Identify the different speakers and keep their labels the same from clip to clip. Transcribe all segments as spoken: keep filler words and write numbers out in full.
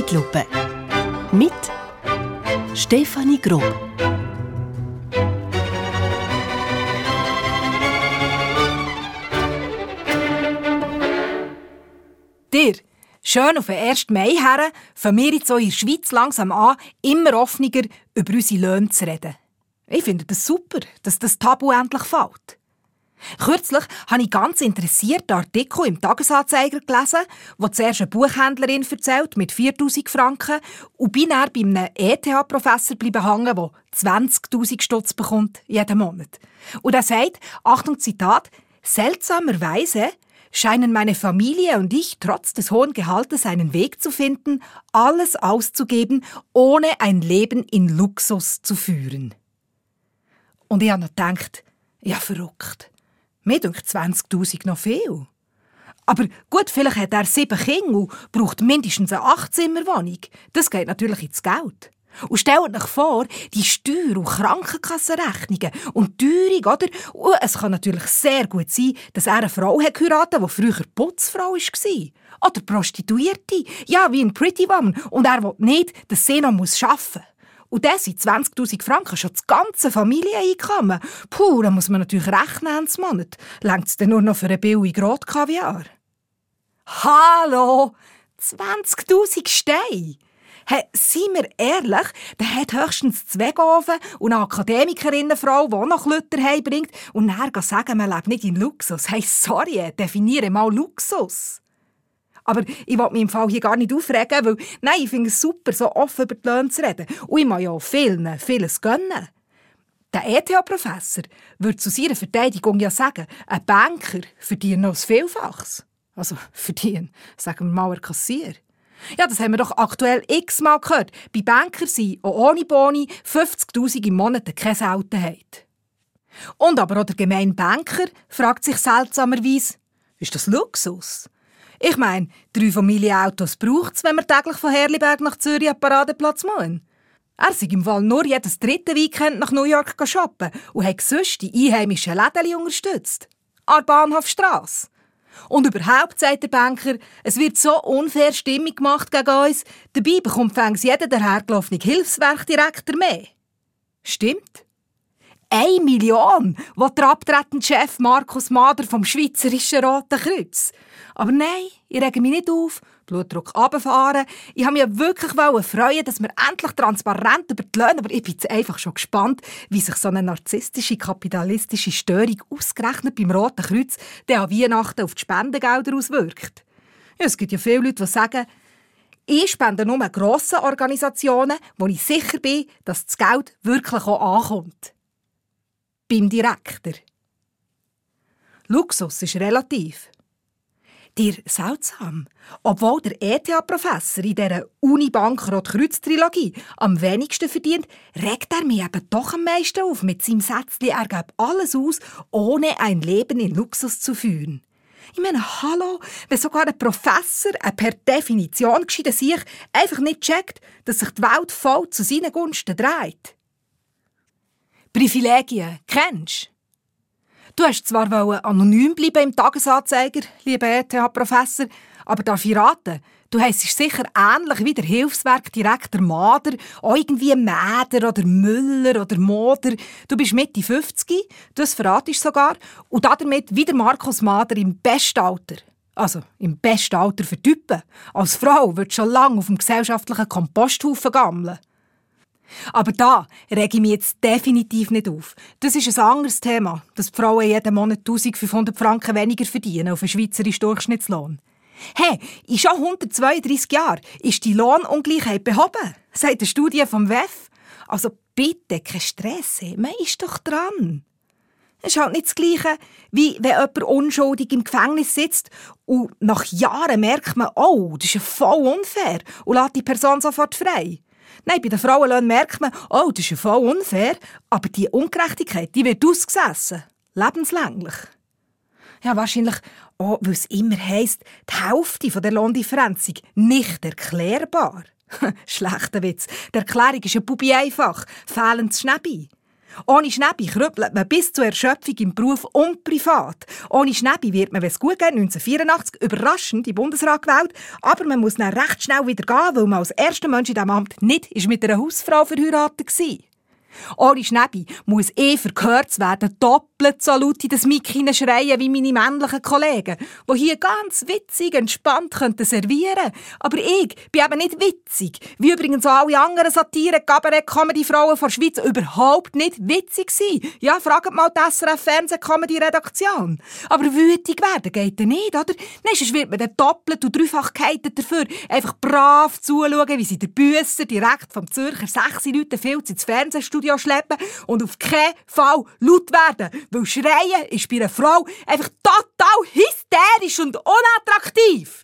Speaker 1: Zeitlupe. Mit Stefanie Grob.
Speaker 2: Dir, schön auf den ersten Mai her, fangen wir jetzt auch in der Schweiz langsam an, immer offener über unsere Löhne zu reden. Ich finde das super, dass das Tabu endlich fällt. Kürzlich habe ich ganz interessiert einen Artikel im Tagesanzeiger gelesen, wo zuerst eine Buchhändlerin erzählt mit viertausend Franken und bin dann bei einem E T H-Professor bleiben hängen, der zwanzigtausend Stutz bekommt jeden Monat. Und er sagt, Achtung, Zitat, seltsamerweise scheinen meine Familie und ich trotz des hohen Gehaltes einen Weg zu finden, alles auszugeben, ohne ein Leben in Luxus zu führen. Und ich habe noch gedacht, ja, verrückt. Mir denkt zwanzigtausend noch viel. Aber gut, vielleicht hat er sieben Kinder und braucht mindestens eine Achtzimmerwohnung. Das geht natürlich ins Geld. Und stellt euch vor, die Steuer- und Krankenkassenrechnungen und die Teuerung, oder? Und es kann natürlich sehr gut sein, dass er eine Frau hat geheiratet, die früher Putzfrau war. Oder Prostituierte. Ja, wie ein Pretty Woman. Und er will nicht, dass sie noch arbeiten muss. Und das sind zwanzigtausend Franken schon das ganze Familieneinkommen. Puh, da muss man natürlich rechnen ins Monat. Längt es denn nur noch für einen billigen Rotkaviar? Hallo! zwanzigtausend Steine! Hey, seien wir ehrlich, der hat höchstens zwei Ofen und eine Akademikerinnenfrau, die auch noch Klötter heimbringt und dann sagen, man lebt nicht in Luxus. Hey, sorry, definiere mal Luxus. Aber ich will mich im Fall hier gar nicht aufregen, weil nein, ich finde es super, so offen über die Löhne zu reden. Und ich mag ja auch vielen vieles gönnen. Der E T H-Professor würde zu seiner Verteidigung ja sagen, ein Banker verdient noch ein Vielfaches. Also verdient, sagen wir mal, ein Kassier. Ja, das haben wir doch aktuell x-mal gehört. Bei Bankern sind, auch ohne Boni, fünfzigtausend im Monat keine Seltenheit. Und aber auch der gemeine Banker fragt sich seltsamerweise, ist das Luxus? Ich meine, drei Familienautos braucht es, wenn wir täglich von Herliberg nach Zürich am Paradeplatz müssen. Er sei im Fall nur jedes dritte Weekend nach New York shoppen und hat sonst die einheimischen Läden unterstützt. An der Bahnhofstrasse. Und überhaupt, sagt der Banker, es wird so unfair Stimmung gemacht gegen uns, dabei bekommt fängs jeder dahergelaufene Hilfswerkdirektor mehr. Stimmt. Eine Million, will der abtretende Chef Markus Mader vom Schweizerischen Roten Kreuz. Aber nein, ich rege mich nicht auf, Blutdruck runterfahren. Ich habe mich ja wirklich freuen, dass wir endlich transparent über die Löhne, aber ich bin jetzt einfach schon gespannt, wie sich so eine narzisstische, kapitalistische Störung ausgerechnet beim Roten Kreuz der an Weihnachten auf die Spendengelder auswirkt. Ja, es gibt ja viele Leute, die sagen, ich spende nur grossen Organisationen, wo ich sicher bin, dass das Geld wirklich auch ankommt. Beim Direktor. Luxus ist relativ. Dir seltsam. Obwohl der E T H-Professor in dieser Uni-Bank-Rotkreuz-Trilogie am wenigsten verdient, regt er mich eben doch am meisten auf mit seinem Sätzchen, er gebe alles aus, ohne ein Leben in Luxus zu führen. Ich meine, hallo, wenn sogar ein Professor, ein per Definition gescheiter sich, einfach nicht checkt, dass sich die Welt voll zu seinen Gunsten dreht. Privilegien, kennst du? Du hast zwar anonym bleiben im Tagesanzeiger, lieber E T H-Professor, aber darf ich raten, du heissest sicher ähnlich wie der Hilfswerkdirektor Mader, auch irgendwie Mäder oder Müller oder Moder. Du bist Mitte fünfzig, das verratest sogar, und damit wie der Markus Mader im besten Alter. Also im besten Alter für Typen. Als Frau würdest du schon lange auf dem gesellschaftlichen Komposthaufen gammeln. Aber da rege ich mich jetzt definitiv nicht auf. Das ist ein anderes Thema, dass die Frauen jeden Monat eintausendfünfhundert Franken weniger verdienen auf einen schweizerischen Durchschnittslohn. Hey, in schon hundertzweiunddreissig Jahren ist die Lohnungleichheit behoben, sagt eine Studie vom W E F. Also bitte, kein Stress, man ist doch dran. Es ist halt nicht das Gleiche, wie wenn jemand unschuldig im Gefängnis sitzt und nach Jahren merkt man, oh, das ist ja voll unfair und lässt die Person sofort frei. Nein, bei den Frauenlöhnen merkt man, oh, das ist ja voll unfair, aber die Ungerechtigkeit, die wird ausgesessen. Lebenslänglich. Ja, wahrscheinlich auch, weil es immer heisst, die Hälfte von der Lohndifferenz sei nicht erklärbar. Schlechter Witz. Die Erklärung ist ein Bubi einfach. Fehlendes Schnäbi. Ohne Schnäbi krüppelt man bis zur Erschöpfung im Beruf und privat. Ohne Schnäbi wird man, wenn es gut geht, neunzehnhundertvierundachtzig überraschend in den Bundesrat gewählt. Aber man muss dann recht schnell wieder gehen, weil man als erster Mensch in diesem Amt nicht mit einer Hausfrau verheiratet war. Ohne Schnäbi muss ich, für gehört zu werden, doppelt so laut in das Mic schreien wie meine männlichen Kollegen, die hier ganz witzig, entspannt könnten servieren. Aber ich bin eben nicht witzig, wie übrigens auch alle anderen Satire-, Kabarett-Comedy-Frauen der Schweiz überhaupt nicht witzig sind. Ja, fragt mal die S R F-Fernseh-Comedy-Redaktion. Aber wütig werden geht ja nicht, oder? Nein, sonst wird man dann doppelt und dreifach gehatet dafür. Einfach brav zuschauen, wie sie der Büsser direkt vom Zürcher sechs Leute Filz ins Fernsehstudio schleppen und auf keinen Fall laut werden, weil Schreien ist bei einer Frau einfach total hysterisch und unattraktiv.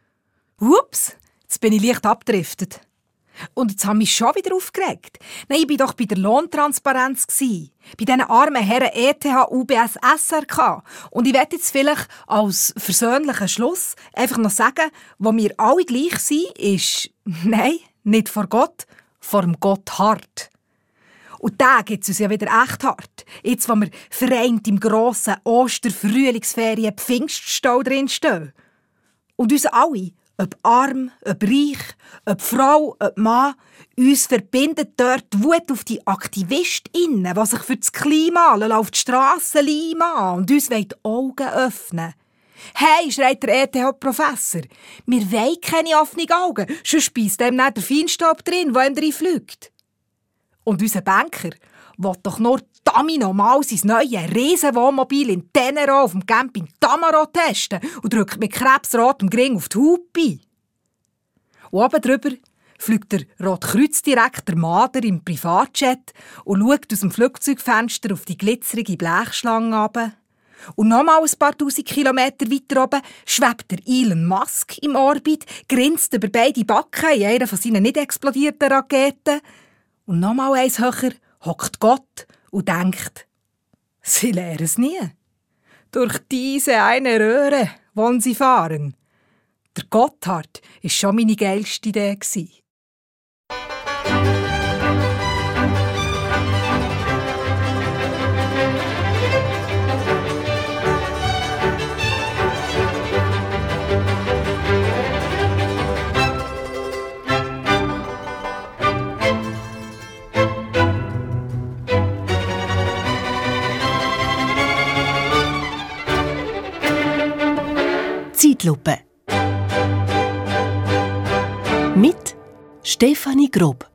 Speaker 2: Ups, jetzt bin ich leicht abgedriftet. Und jetzt habe ich mich schon wieder aufgeregt. Nein, ich war doch bei der Lohntransparenz. Bei diesen armen Herren E T H, U B S, S R K. Und ich werde jetzt vielleicht als versöhnlichen Schluss einfach noch sagen, wo wir alle gleich sind, ist, nein, nicht vor Gott, vor dem Gotthard. Und da gibt es uns ja wieder echt hart. Jetzt, wo wir vereint im grossen Oster-Frühlingsferien Pfingststau drinstehen. Und uns alle, ob arm, ob reich, ob Frau, ob Mann, uns verbindet dort die Wut auf die AktivistInnen, die sich für das Klima auf die Strasse leimen und uns die Augen öffnen. «Hey», schreit der E T H-Professor, «wir wollen keine offenen Augen, sonst speist dem nicht der Feinstaub drin, der ihm reinfliegt.» Und unser Banker will doch nur Tamino mal sein neues Riesenwohnmobil in Tenero auf dem Camping Tamaro testen und drückt mit krebsrotem Gring auf die Hupe. Und oben drüber fliegt der Rotkreuzdirektor Mader im Privatjet und schaut aus dem Flugzeugfenster auf die glitzerige Blechschlange runter. Und nochmal ein paar tausend Kilometer weiter oben schwebt der Elon Musk im Orbit, grinst über beide Backen in einer von seinen nicht explodierten Raketen. Und nochmal eins höher hockt Gott und denkt, sie lernen es nie. Durch diese eine Röhre wollen sie fahren. Der Gotthard war schon meine geilste Idee.
Speaker 1: Zeitlupe mit Stefanie Grob.